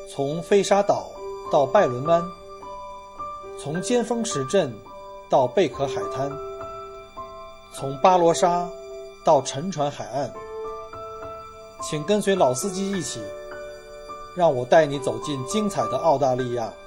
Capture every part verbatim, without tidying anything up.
从飞沙岛到拜伦湾，从尖峰石镇到贝壳海滩，从巴罗沙到沉船海岸，请跟随老司机一起，让我带你走进精彩的澳大利亚。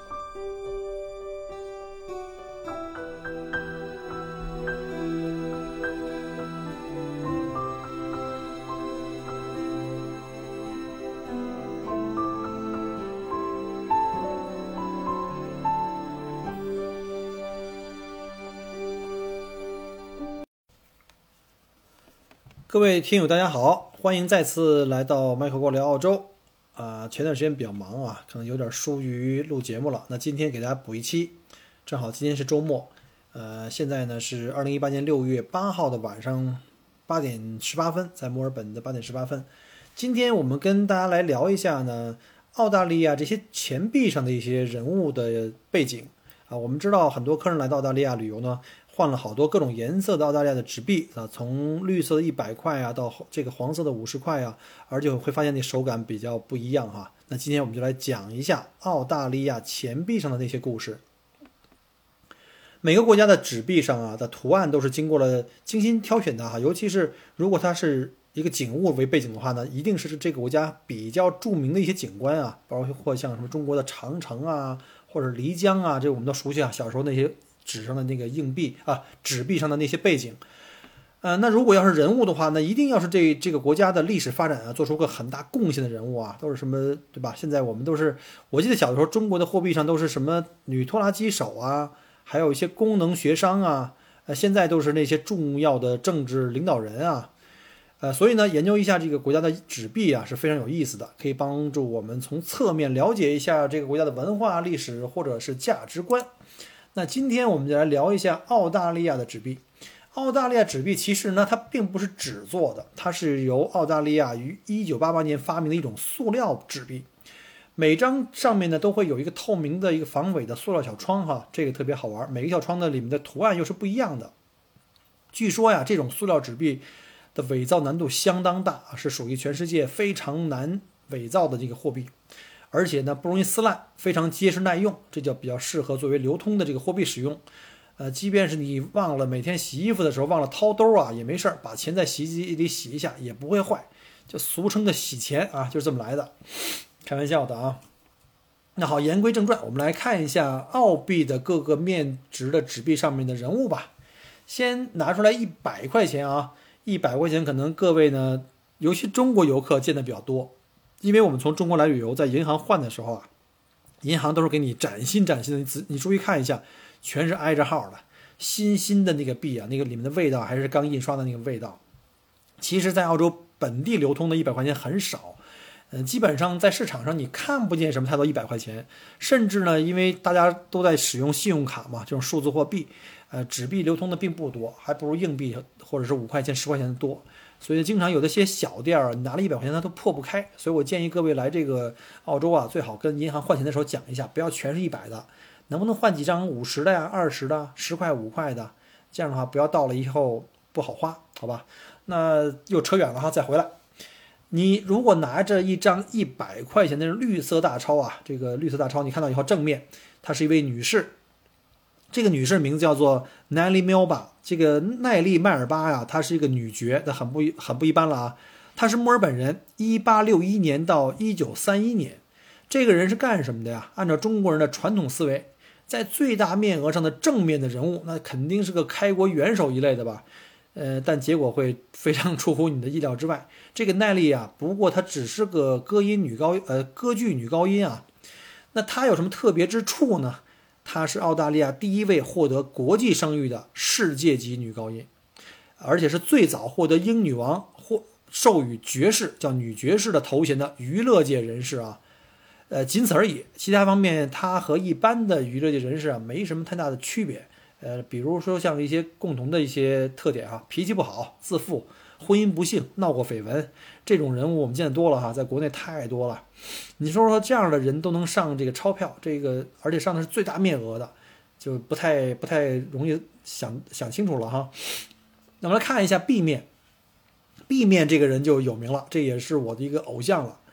各位听友大家好，欢迎再次来到麦克过聊澳洲啊、呃。前段时间比较忙啊，可能有点疏于录节目了。那今天给大家补一期，正好今天是周末，呃，现在呢是二零一八年六月八号的晚上八点十八分，在墨尔本的八点十八分。今天我们跟大家来聊一下呢，澳大利亚这些钱币上的一些人物的背景啊。我们知道很多客人来到澳大利亚旅游呢，换了好多各种颜色的澳大利亚的纸币啊，从绿色的一百块啊到这个黄色的五十块啊，而且会发现那手感比较不一样哈。那今天我们就来讲一下澳大利亚钱币上的那些故事。每个国家的纸币上啊的图案都是经过了精心挑选的哈，尤其是如果它是一个景物为背景的话呢，一定是这个国家比较著名的一些景观啊，包括像什么中国的长城啊，或者漓江啊，这我们都熟悉啊，小时候那些纸上的那个硬币啊，纸币上的那些背景，呃，那如果要是人物的话，那一定要是这这个国家的历史发展啊，做出个很大贡献的人物啊，都是什么，对吧？现在我们都是，我记得小的时候，中国的货币上都是什么女拖拉机手啊，还有一些功能学商啊，呃，现在都是那些重要的政治领导人啊，呃，所以呢，研究一下这个国家的纸币啊，是非常有意思的，可以帮助我们从侧面了解一下这个国家的文化、历史或者是价值观。那今天我们就来聊一下澳大利亚的纸币。澳大利亚纸币其实呢，它并不是纸做的，它是由澳大利亚于一九八八年发明的一种塑料纸币。每张上面呢都会有一个透明的一个防伪的塑料小窗哈，这个特别好玩。每个小窗的里面的图案又是不一样的。据说呀，这种塑料纸币的伪造难度相当大，是属于全世界非常难伪造的这个货币。而且呢，不容易撕烂，非常结实耐用，这就比较适合作为流通的这个货币使用。呃，即便是你忘了每天洗衣服的时候忘了掏兜啊，也没事儿，把钱在洗衣机里洗一下也不会坏，就俗称的洗钱啊，就是这么来的。开玩笑的啊。那好，言归正传，我们来看一下澳币的各个面值的纸币上面的人物吧。先拿出来一百块钱啊，一百块钱可能各位呢，尤其中国游客见的比较多。因为我们从中国来旅游，在银行换的时候啊，银行都是给你崭新崭新的，你注意看一下，全是挨着号的，新新的那个币啊，那个里面的味道还是刚印刷的那个味道。其实，在澳洲本地流通的一百块钱很少，呃，基本上在市场上你看不见什么太多一百块钱，甚至呢，因为大家都在使用信用卡嘛，这种数字货币，呃，纸币流通的并不多，还不如硬币或者是五块钱、十块钱的多。所以经常有的些小店儿，你拿了一百块钱它都破不开，所以我建议各位来这个澳洲啊，最好跟银行换钱的时候讲一下，不要全是一百的，能不能换几张五十的呀、二十的、十块、五块的，这样的话不要到了以后不好花，好吧？那又扯远了哈，再回来，你如果拿着一张一百块钱的绿色大钞啊，这个绿色大钞你看到以后正面，她是一位女士。这个女士名字叫做奈利缪巴，这个奈利迈尔巴呀，她是一个女爵，那很不很不一般了啊。她是墨尔本人，一八六一年到一九三一年。这个人是干什么的呀？按照中国人的传统思维，在最大面额上的正面的人物，那肯定是个开国元首一类的吧？呃，但结果会非常出乎你的意料之外。这个奈利啊，不过她只是个歌音女高呃歌剧女高音啊。那她有什么特别之处呢？她是澳大利亚第一位获得国际声誉的世界级女高音，而且是最早获得英女王或授予爵士叫女爵士的头衔的娱乐界人士啊，呃，仅此而已。其他方面，她和一般的娱乐界人士啊没什么太大的区别。呃，比如说像一些共同的一些特点啊，脾气不好、自负、婚姻不幸、闹过绯闻，这种人物我们见得多了哈，在国内太多了。你说说这样的人都能上这个钞票，这个而且上的是最大面额的，就不太不太容易想想清楚了哈。那我们来看一下 B 面，B 面这个人就有名了，这也是我的一个偶像了。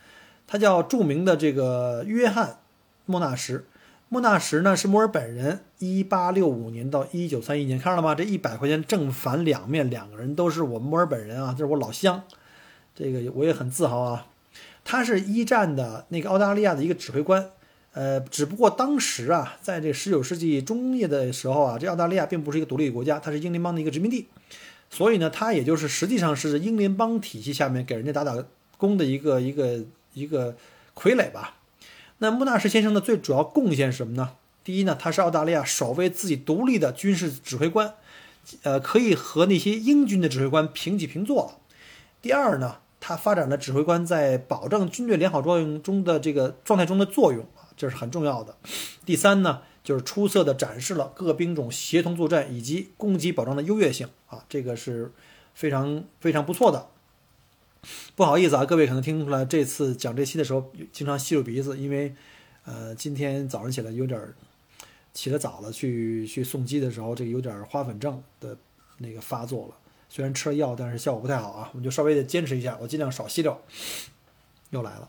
他叫著名的这个约翰莫纳什。莫纳什呢是墨尔本人，一八六五年到一九三一年，看到了吗？这一百块钱正反两面，两个人都是我们墨尔本人啊，这是我老乡，这个我也很自豪啊。他是一战的那个澳大利亚的一个指挥官，呃，只不过当时啊，在这十九世纪中叶的时候啊，这澳大利亚并不是一个独立国家，它是英联邦的一个殖民地，所以呢，他也就是实际上是英联邦体系下面给人家打打工的一个一个一个傀儡吧。那穆纳什先生的最主要贡献是什么呢？第一呢，他是澳大利亚首位自己独立的军事指挥官，呃，可以和那些英军的指挥官平起平坐了。第二呢，他发展了指挥官在保证军队良好作用中的这个状态中的作用，这是很重要的。第三呢，就是出色的展示了各兵种协同作战以及攻击保障的优越性啊，这个是非常非常不错的。不好意思啊，各位可能听出来，这次讲这期的时候经常吸住鼻子，因为呃今天早上起来有点起得早了，去去送机的时候，这个有点花粉症的那个发作了。虽然吃了药，但是效果不太好啊，我们就稍微的坚持一下，我尽量少吸溜。又来了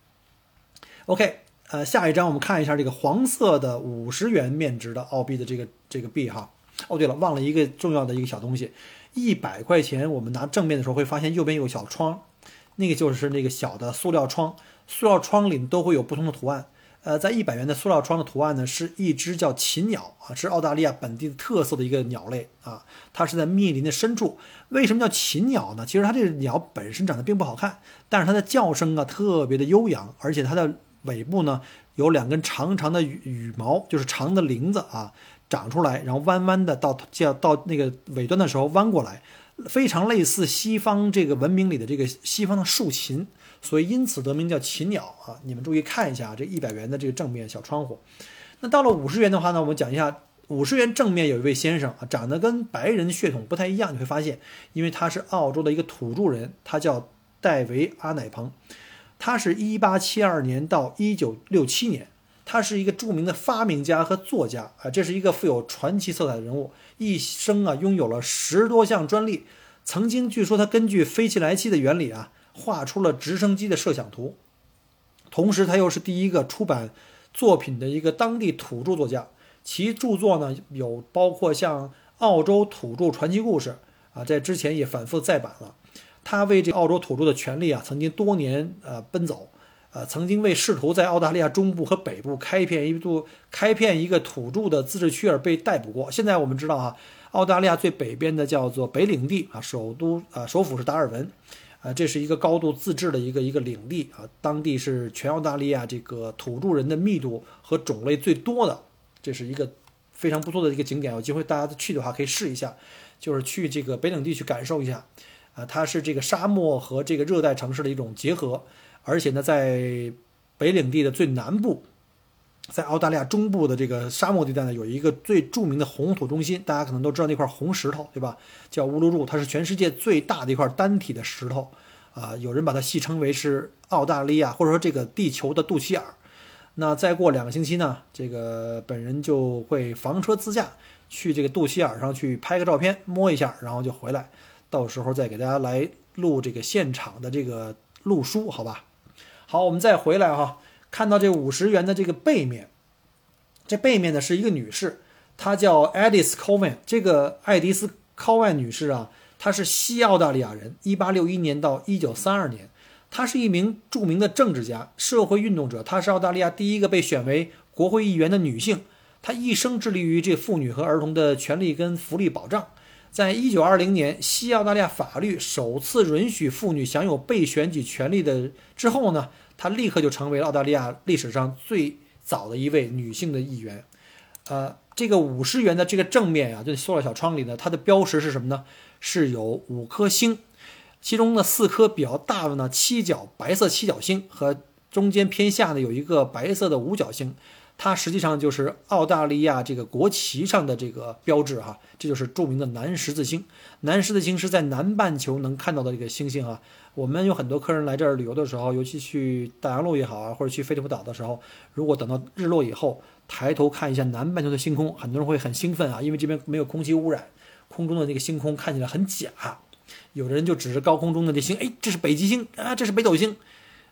，OK， 呃，下一张我们看一下这个黄色的五十元面值的澳币的这个这个币哈。哦，对了，忘了一个重要的一个小东西。一百块钱，我们拿正面的时候会发现右边有个小窗，那个就是那个小的塑料窗，塑料窗里都会有不同的图案。呃，在一百元的塑料窗的图案呢，是一只叫禽鸟啊，是澳大利亚本地特色的一个鸟类啊，它是在密林的深处。为什么叫禽鸟呢？其实它这个鸟本身长得并不好看，但是它的叫声啊特别的悠扬，而且它的尾部呢有两根长长的羽羽毛，就是长的铃子啊。长出来，然后弯弯的到叫到那个尾端的时候弯过来，非常类似西方这个文明里的这个西方的竖琴，所以因此得名叫禽鸟啊。你们注意看一下这一百元的这个正面小窗户。那到了五十元的话呢，我们讲一下五十元正面有一位先生啊，长得跟白人血统不太一样，你会发现，因为他是澳洲的一个土著人，他叫戴维阿乃彭，他是一八七二年到一九六七年。他是一个著名的发明家和作家啊，这是一个富有传奇色彩的人物，一生啊拥有了十多项专利。曾经据说他根据飞气来气的原理啊，画出了直升机的摄像图。同时，他又是第一个出版作品的一个当地土著作家。其著作呢有包括像《澳洲土著传奇故事》啊，在之前也反复再版了。他为这澳洲土著的权利啊，曾经多年呃奔走。呃，曾经为试图在澳大利亚中部和北部开辟一度开辟一个土著的自治区而被逮捕过。现在我们知道啊，澳大利亚最北边的叫做北领地啊，首都啊首府是达尔文，啊，这是一个高度自治的一个一个领地啊，当地是全澳大利亚这个土著人的密度和种类最多的，这是一个非常不错的一个景点。有机会大家去的话可以试一下，就是去这个北领地去感受一下啊，它是这个沙漠和这个热带城市的一种结合。而且呢，在北领地的最南部，在澳大利亚中部的这个沙漠地带呢，有一个最著名的红土中心，大家可能都知道那块红石头，对吧？叫乌鲁鲁，它是全世界最大的一块单体的石头啊，有人把它戏称为是澳大利亚或者说这个地球的肚脐眼儿。那再过两个星期呢，这个本人就会房车自驾去这个肚脐眼上去拍个照片，摸一下，然后就回来，到时候再给大家来录这个现场的这个录书，好吧？好，我们再回来哈，看到这五十元的这个背面，这背面呢是一个女士，她叫 Edith Cowan。这个爱迪丝·考万女士啊，她是西澳大利亚人，一八六一年到一九三二年。她是一名著名的政治家、社会运动者，她是澳大利亚第一个被选为国会议员的女性。她一生致力于这妇女和儿童的权利跟福利保障。在一九二零年，西澳大利亚法律首次允许妇女享有被选举权利的之后呢，她立刻就成为了澳大利亚历史上最早的一位女性的议员。呃，这个五十元的这个正面啊，就塑料小窗里呢，它的标识是什么呢？是有五颗星，其中呢四颗比较大的呢七角白色七角星和中间偏下呢有一个白色的五角星。它实际上就是澳大利亚这个国旗上的这个标志哈，这就是著名的南十字星。南十字星是在南半球能看到的这个星星啊。我们有很多客人来这儿旅游的时候，尤其去大洋路也好啊，或者去菲利普岛的时候，如果等到日落以后，抬头看一下南半球的星空，很多人会很兴奋啊，因为这边没有空气污染，空中的那个星空看起来很假。有的人就指着高空中的这星，哎，这是北极星啊，这是北斗星。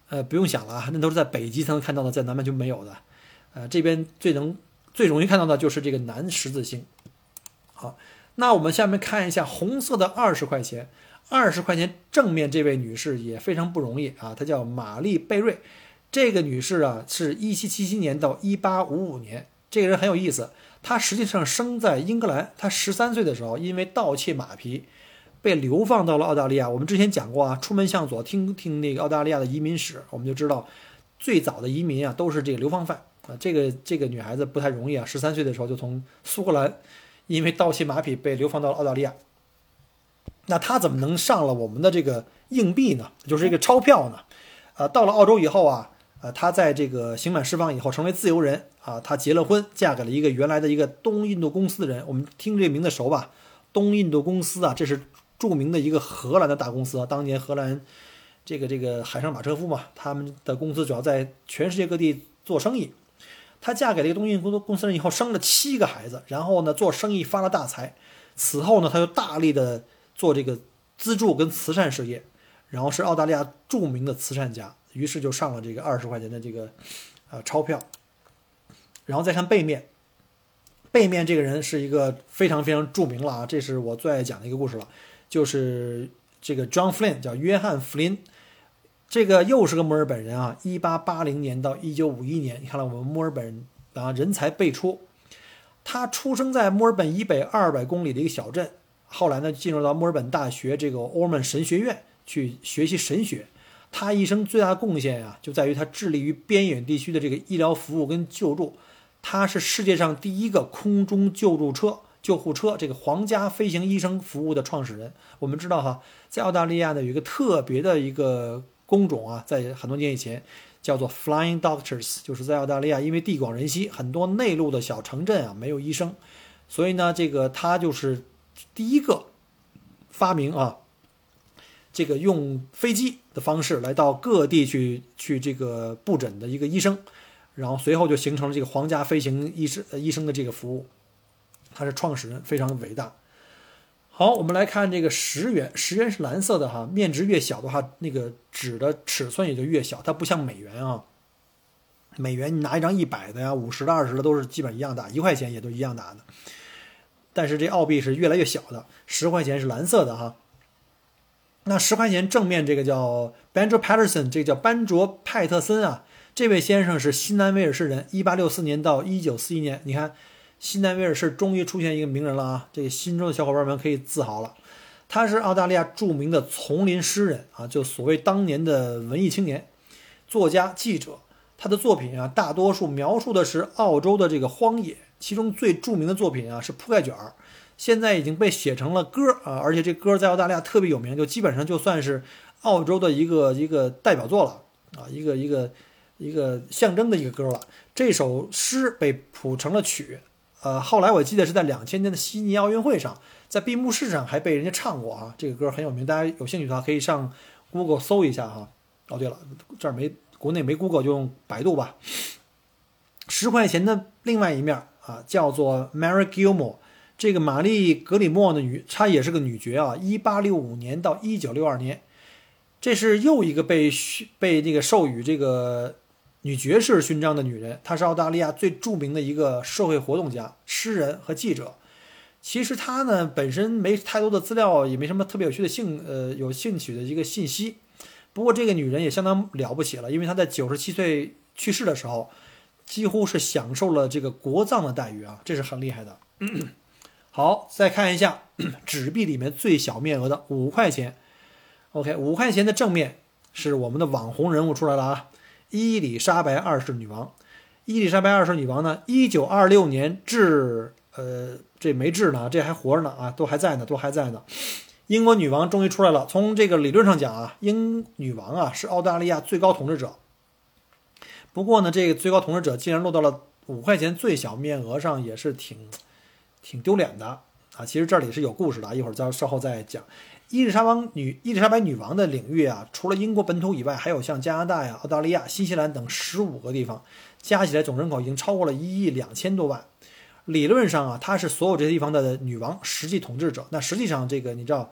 呃，不用想了啊，那都是在北极才能看到的，在南半球没有的。呃，这边最能最容易看到的就是这个南十字星。好，那我们下面看一下红色的二十块钱，二十块钱正面这位女士也非常不容易啊，她叫玛丽贝瑞。这个女士啊，是一七七七年到一八五五年，这个人很有意思，她实际上生在英格兰，她十三岁的时候因为盗窃马匹被流放到了澳大利亚。我们之前讲过啊，出门向左听听那个澳大利亚的移民史，我们就知道最早的移民啊都是这个流放犯啊。这个这个女孩子不太容易啊，十三岁的时候就从苏格兰因为盗窃马匹被流放到了澳大利亚。那她怎么能上了我们的这个硬币呢？就是这个钞票呢？呃，到了澳洲以后啊，呃，她在这个刑满释放以后成为自由人啊，她结了婚，嫁给了一个原来的一个东印度公司的人。我们听这个名字熟吧？东印度公司啊，这是著名的一个荷兰的大公司啊，当年荷兰这个这个海上马车夫嘛，他们的公司主要在全世界各地做生意。她嫁给了一个东印度公司人以后，生了七个孩子，然后呢做生意发了大财。此后呢，她就大力的做这个资助跟慈善事业，然后是澳大利亚著名的慈善家，于是就上了这个二十块钱的这个呃钞票。然后再看背面，背面这个人是一个非常非常著名了啊，这是我最爱讲的一个故事了。就是这个 John Flynn， 叫约翰·弗林，这个又是个墨尔本人啊。一八八零年到一九五一年，你看了我们墨尔本啊人才辈出。他出生在墨尔本以北二百公里的一个小镇，后来呢进入到墨尔本大学这个 Ormond 神学院去学习神学。他一生最大的贡献啊，就在于他致力于边远地区的这个医疗服务跟救助。他是世界上第一个空中救助车。救护车这个皇家飞行医生服务的创始人。我们知道哈，在澳大利亚呢有一个特别的一个工种啊，在很多年以前叫做 Flying Doctors， 就是在澳大利亚因为地广人稀，很多内陆的小城镇啊没有医生，所以呢这个他就是第一个发明啊这个用飞机的方式来到各地去去这个布诊的一个医生，然后随后就形成了这个皇家飞行医生医生的这个服务。他是创始人，非常伟大。好，我们来看这个十元，十元是蓝色的哈，面值越小的话，那个纸的尺寸也就越小，它不像美元啊。美元你拿一张一百的呀、五十的、二十的都是基本一样大，一块钱也都一样大的。但是这澳币是越来越小的，十块钱是蓝色的哈。那十块钱正面这个叫 Benjamin Patterson， 这个叫班卓派特森啊，这位先生是新南威尔士人，一八六四年到一九四一年，你看。新南威尔士终于出现一个名人了啊！这个新州的小伙伴们可以自豪了，他是澳大利亚著名的丛林诗人啊，就所谓当年的文艺青年、作家、记者。他的作品啊，大多数描述的是澳洲的这个荒野，其中最著名的作品啊是铺盖卷儿，现在已经被写成了歌啊，而且这歌在澳大利亚特别有名，就基本上就算是澳洲的一个一个代表作了啊，一个一个一个象征的一个歌了。这首诗被谱成了曲。呃，后来我记得是在两千年的悉尼奥运会上，在闭幕式上还被人家唱过啊。这个歌很有名，大家有兴趣的话可以上 Google 搜一下哈。哦，对了，这儿没国内没 Google，就用百度吧。十块钱的另外一面啊，叫做 Mary Gilmore， 这个玛丽格里莫的女，她也是个女爵啊。一八六五年到一九六二年，这是又一个被被这个授予这个。女爵士勋章的女人，她是澳大利亚最著名的一个社会活动家、诗人和记者。其实她呢本身没太多的资料，也没什么特别有趣的兴呃有兴趣的一个信息。不过这个女人也相当了不起了，因为她在九十七岁去世的时候，几乎是享受了这个国葬的待遇啊，这是很厉害的。好，再看一下纸币里面最小面额的五块钱。OK， 五块钱的正面是我们的网红人物出来了啊。伊丽莎白二世女王，伊丽莎白二世女王呢，一九二六年至呃这没治呢，这还活着呢啊，都还在呢，都还在呢。英国女王终于出来了。从这个理论上讲啊，英女王啊是澳大利亚最高统治者。不过呢，这个最高统治者竟然落到了五块钱最小面额上，也是挺挺丢脸的啊。其实这里是有故事的，一会儿再稍后再讲。伊丽莎白女伊丽莎白女王的领域啊，除了英国本土以外，还有像加拿大呀、澳大利亚、新西兰等十五个地方，加起来总人口已经超过了一亿两千多万。理论上啊，她是所有这些地方的女王、实际统治者。那实际上，这个你知道，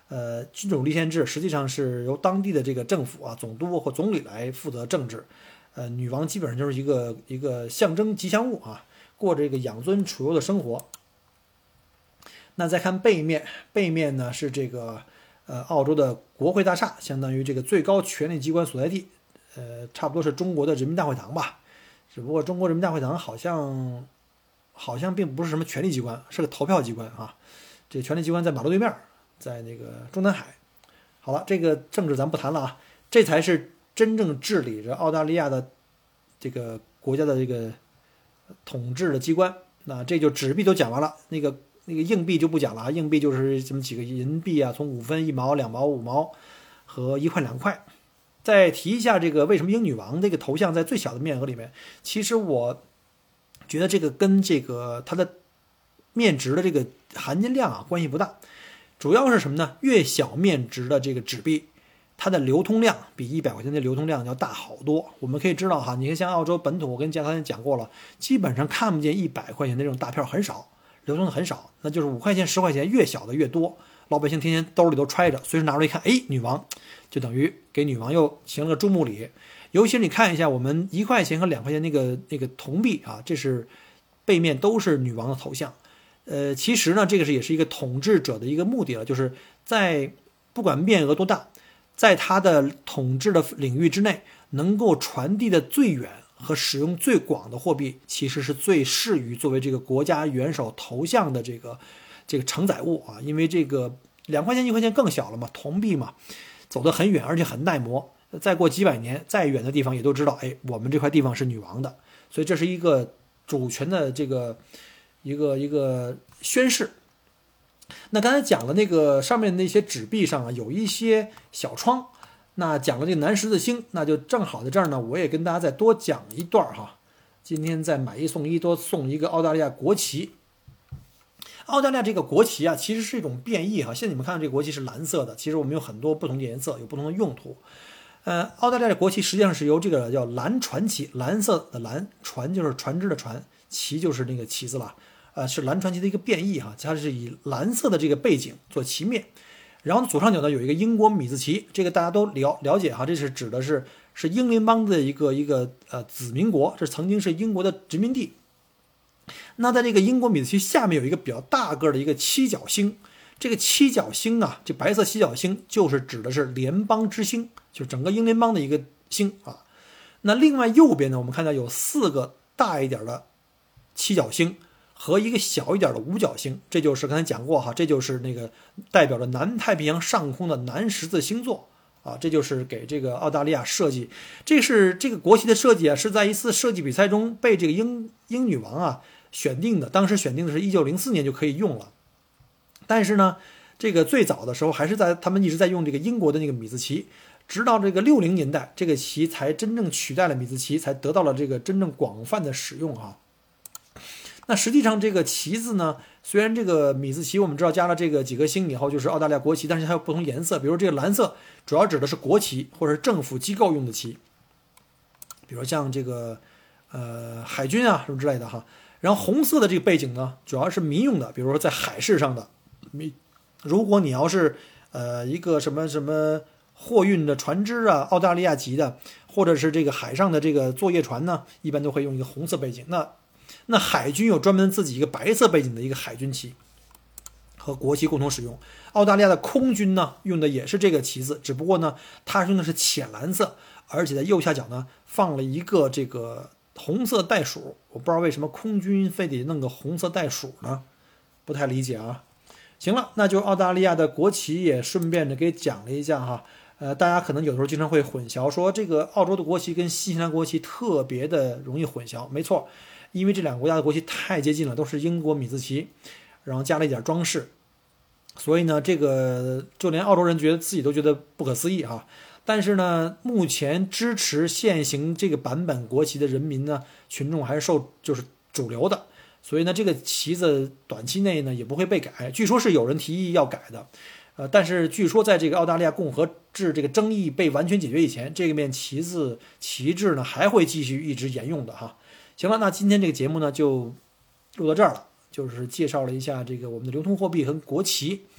呃，君主立宪制实际上是由当地的这个政府啊，总督或总理来负责政治，呃，女王基本上就是一个一个象征吉祥物啊，过着这个养尊处优的生活。那再看背面，背面呢是这个呃澳洲的国会大厦，相当于这个最高权力机关所在地，呃，差不多是中国的人民大会堂吧，只不过中国人民大会堂好像好像并不是什么权力机关，是个投票机关啊。这个权力机关在马路对面，在那个中南海。好了，这个政治咱不谈了啊，这才是真正治理着澳大利亚的这个国家的这个统治的机关。那这就纸币都讲完了，那个那个硬币就不讲了啊，硬币就是这么几个银币啊，从五分、一毛、两毛、五毛和一块、两块。再提一下这个为什么英女王这个头像在最小的面额里面，其实我觉得这个跟这个它的面值的这个含金量啊关系不大，主要是什么呢？越小面值的这个纸币，它的流通量比一百块钱的流通量要大好多。我们可以知道哈，你看像澳洲本土，我跟加刚才讲过了，基本上看不见一百块钱的这种大票，很少，流通的很少，那就是五块钱、十块钱，越小的越多。老百姓天天兜里都揣着，随时拿出来一看，哎，女王，就等于给女王又行了个注目礼。尤其是你看一下我们一块钱和两块钱那个那个铜币啊，这是背面都是女王的头像。呃，其实呢，这个是也是一个统治者的一个目的了，就是在不管面额多大，在他的统治的领域之内，能够传递的最远和使用最广的货币，其实是最适于作为这个国家元首头像的这个这个承载物啊。因为这个两块钱、一块钱更小了嘛，铜币嘛，走得很远，而且很耐磨。再过几百年，再远的地方也都知道，哎，我们这块地方是女王的，所以这是一个主权的这个。一个一个宣誓。那刚才讲了那个上面那些纸币上啊有一些小窗，那讲了这个南十字星，那就正好在这儿呢，我也跟大家再多讲一段哈。今天再买一送一，多送一个澳大利亚国旗。澳大利亚这个国旗啊，其实是一种变异哈。现在你们看到这个国旗是蓝色的，其实我们有很多不同的颜色，有不同的用途。呃，澳大利亚的国旗实际上是由这个叫蓝船旗，蓝色的蓝，船就是船只的船，旗就是那个旗子了。呃，是蓝传奇的一个变异哈，它是以蓝色的这个背景做旗面，然后左上角呢有一个英国米字旗，这个大家都了了解哈，这是指的是是英联邦的一个一个呃子民国，这曾经是英国的殖民地。那在这个英国米字旗下面有一个比较大个的一个七角星，这个七角星啊，这白色七角星就是指的是联邦之星，就是整个英联邦的一个星啊。那另外右边呢，我们看到有四个大一点的七角星和一个小一点的五角星，这就是刚才讲过哈，这就是那个代表着南太平洋上空的南十字星座啊，这就是给这个澳大利亚设计。这是这个国旗的设计啊，是在一次设计比赛中被这个英英女王啊选定的，当时选定的是一九零四年就可以用了。但是呢，这个最早的时候还是在他们一直在用这个英国的那个米字旗，直到这个六零年代，这个旗才真正取代了米字旗，才得到了这个真正广泛的使用哈。那实际上这个旗子呢，虽然这个米字旗我们知道加了这个几颗星以后就是澳大利亚国旗，但是它有不同颜色，比如这个蓝色主要指的是国旗或者是政府机构用的旗，比如像这个呃海军啊什么之类的哈。然后红色的这个背景呢，主要是民用的，比如说在海事上的，如果你要是呃一个什么什么货运的船只啊，澳大利亚籍的，或者是这个海上的这个作业船呢，一般都会用一个红色背景。那那海军有专门自己一个白色背景的一个海军旗，和国旗共同使用。澳大利亚的空军呢，用的也是这个旗子，只不过呢，它用的是浅蓝色，而且在右下角呢放了一个这个红色袋鼠。我不知道为什么空军非得弄个红色袋鼠呢，不太理解啊。行了，那就澳大利亚的国旗也顺便的给讲了一下哈。呃，大家可能有的时候经常会混淆，说这个澳洲的国旗跟新西兰国旗特别的容易混淆。没错，因为这两个国家的国旗太接近了，都是英国米字旗，然后加了一点装饰，所以呢，这个就连澳洲人觉得自己都觉得不可思议啊。但是呢，目前支持现行这个版本国旗的人民呢，群众还是受就是主流的，所以呢，这个旗子短期内呢也不会被改。据说是有人提议要改的，呃，但是据说在这个澳大利亚共和制这个争议被完全解决以前，这个面旗子旗帜呢还会继续一直沿用的哈。行了，那今天这个节目呢就录到这儿了，就是介绍了一下这个我们的流通货币和国旗。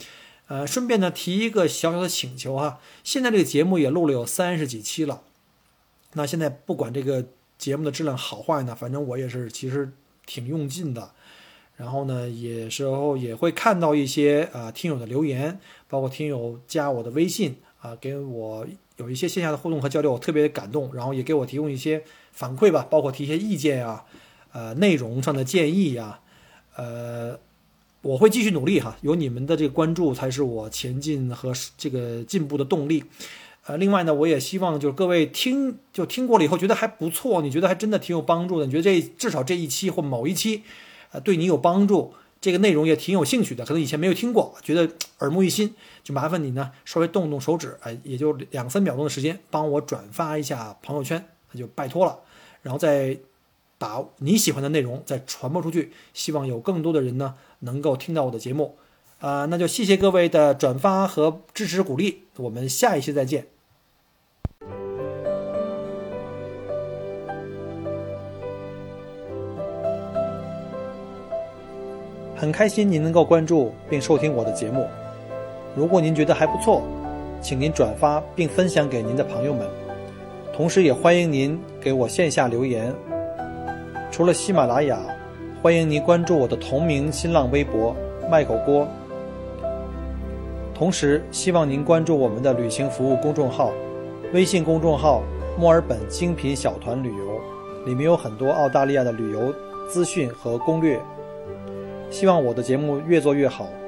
呃，顺便呢提一个小小的请求哈，现在这个节目也录了有三十几期了，那现在不管这个节目的质量好坏呢，反正我也是其实挺用劲的。然后呢，有时候也会看到一些啊、呃、听友的留言，包括听友加我的微信啊、呃，给我有一些线下的互动和交流，我特别感动，然后也给我提供一些反馈吧，包括提一些意见啊，呃，内容上的建议呀、啊，呃，我会继续努力哈，有你们的这个关注才是我前进和这个进步的动力。呃，另外呢，我也希望就是各位听就听过了以后觉得还不错，你觉得还真的挺有帮助的，你觉得这至少这一期或某一期。呃，对你有帮助，这个内容也挺有兴趣的，可能以前没有听过，觉得耳目一新，就麻烦你呢稍微动动手指，哎，也就两三秒钟的时间，帮我转发一下朋友圈，那就拜托了，然后再把你喜欢的内容再传播出去，希望有更多的人呢能够听到我的节目，啊、呃，那就谢谢各位的转发和支持鼓励，我们下一期再见。很开心您能够关注并收听我的节目，如果您觉得还不错，请您转发并分享给您的朋友们，同时也欢迎您给我线下留言。除了喜马拉雅，欢迎您关注我的同名新浪微博麦口锅，同时希望您关注我们的旅行服务公众号，微信公众号墨尔本精品小团旅游，里面有很多澳大利亚的旅游资讯和攻略。希望我的节目越做越好，